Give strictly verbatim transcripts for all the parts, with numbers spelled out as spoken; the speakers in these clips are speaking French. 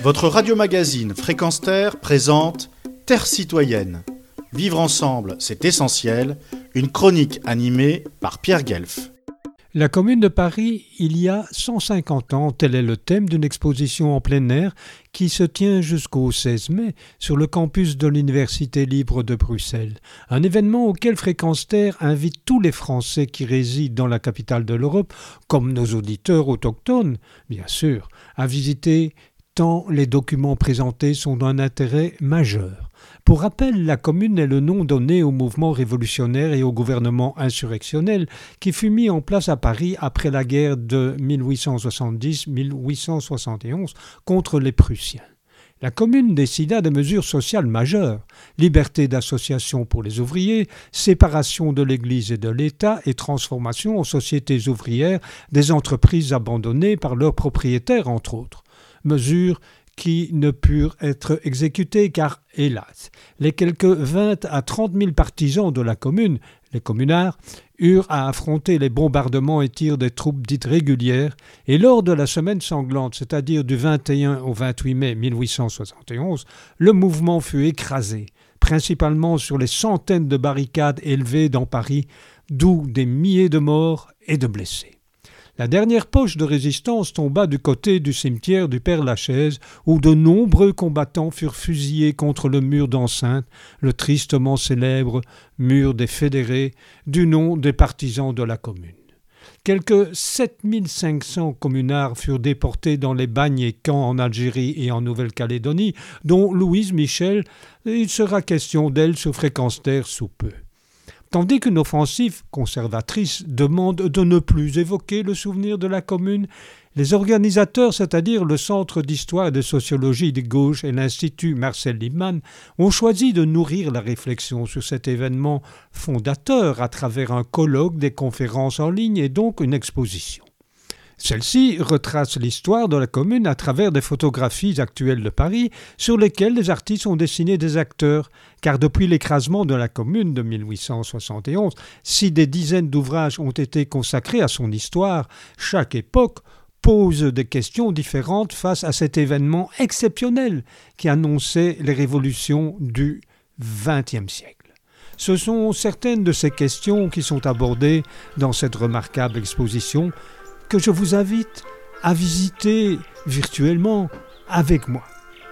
Votre radio-magazine Fréquence Terre présente Terre citoyenne. Vivre ensemble, c'est essentiel. Une chronique animée par Pierre Guelf. La Commune de Paris, il y a cent cinquante ans, tel est le thème d'une exposition en plein air qui se tient jusqu'au seize mai sur le campus de l'Université libre de Bruxelles. Un événement auquel Fréquence Terre invite tous les Français qui résident dans la capitale de l'Europe, comme nos auditeurs autochtones, bien sûr, à visiter tant les documents présentés sont d'un intérêt majeur. Pour rappel, la Commune est le nom donné au mouvement révolutionnaire et au gouvernement insurrectionnel qui fut mis en place à Paris après la guerre de mille huit cent soixante-dix à mille huit cent soixante et onze contre les Prussiens. La Commune décida de mesures sociales majeures, liberté d'association pour les ouvriers, séparation de l'Église et de l'État et transformation en sociétés ouvrières des entreprises abandonnées par leurs propriétaires, entre autres. Mesures qui ne purent être exécutées car, hélas, les quelques vingt à trente mille partisans de la Commune, les communards, eurent à affronter les bombardements et tirs des troupes dites régulières, et lors de la semaine sanglante, c'est-à-dire du vingt et un au vingt-huit mai mille huit cent soixante et onze, le mouvement fut écrasé, principalement sur les centaines de barricades élevées dans Paris, d'où des milliers de morts et de blessés. La dernière poche de résistance tomba du côté du cimetière du Père-Lachaise, où de nombreux combattants furent fusillés contre le mur d'enceinte, le tristement célèbre mur des fédérés, du nom des partisans de la Commune. Quelques sept mille cinq cents communards furent déportés dans les bagnes et camps en Algérie et en Nouvelle-Calédonie, dont Louise Michel, il sera question d'elle sur Fréquence Terre sous peu. Tandis qu'une offensive conservatrice demande de ne plus évoquer le souvenir de la Commune, les organisateurs, c'est-à-dire le Centre d'histoire et de sociologie de gauche et l'Institut Marcel Lippmann, ont choisi de nourrir la réflexion sur cet événement fondateur à travers un colloque, des conférences en ligne et donc une exposition. Celle-ci retrace l'histoire de la Commune à travers des photographies actuelles de Paris sur lesquelles les artistes ont dessiné des acteurs, car depuis l'écrasement de la Commune de mille huit cent soixante et onze, si des dizaines d'ouvrages ont été consacrés à son histoire, chaque époque pose des questions différentes face à cet événement exceptionnel qui annonçait les révolutions du vingtième siècle. Ce sont certaines de ces questions qui sont abordées dans cette remarquable exposition que je vous invite à visiter virtuellement avec moi.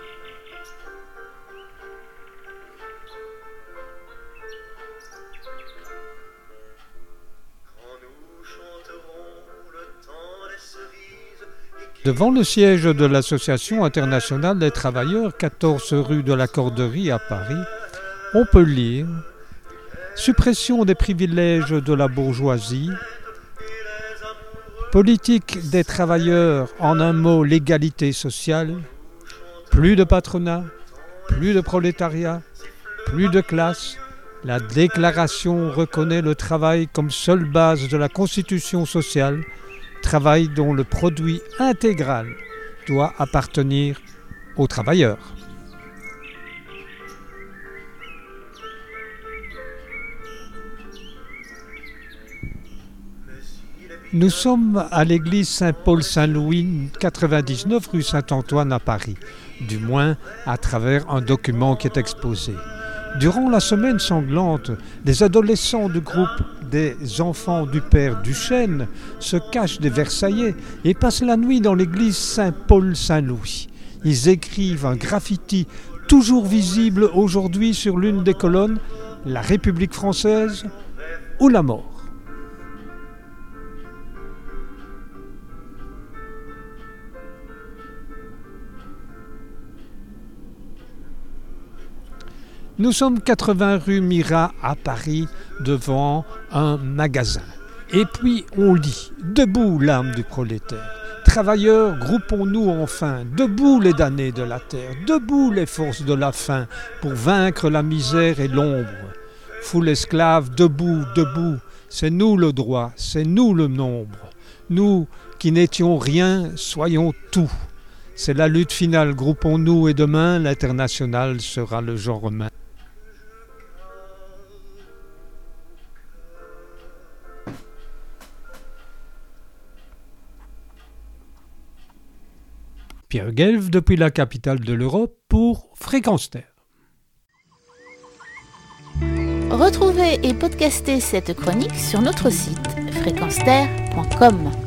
Devant le siège de l'Association internationale des travailleurs, quatorze rue de la Corderie à Paris, on peut lire « Suppression des privilèges de la bourgeoisie », politique des travailleurs, en un mot l'égalité sociale, plus de patronat, plus de prolétariat, plus de classe. La déclaration reconnaît le travail comme seule base de la constitution sociale, travail dont le produit intégral doit appartenir aux travailleurs. Nous sommes à l'église Saint-Paul-Saint-Louis, quatre-vingt-dix-neuf rue Saint-Antoine à Paris, du moins à travers un document qui est exposé. Durant la semaine sanglante, les adolescents du groupe des enfants du père Duchesne se cachent des Versaillais et passent la nuit dans l'église Saint-Paul-Saint-Louis. Ils écrivent un graffiti toujours visible aujourd'hui sur l'une des colonnes « La République française ou la mort ». Nous sommes quatre-vingts rue Mira à Paris, devant un magasin. Et puis on lit « Debout l'âme du prolétaire ». Travailleurs, groupons-nous enfin, debout les damnés de la terre, debout les forces de la faim, pour vaincre la misère et l'ombre. Foule esclave, debout, debout, c'est nous le droit, c'est nous le nombre. Nous qui n'étions rien, soyons tout. C'est la lutte finale, groupons-nous et demain, l'international sera le genre humain. Pierre Guelf depuis la capitale de l'Europe pour Fréquence Terre. Retrouvez et podcastez cette chronique sur notre site fréquence terre point com.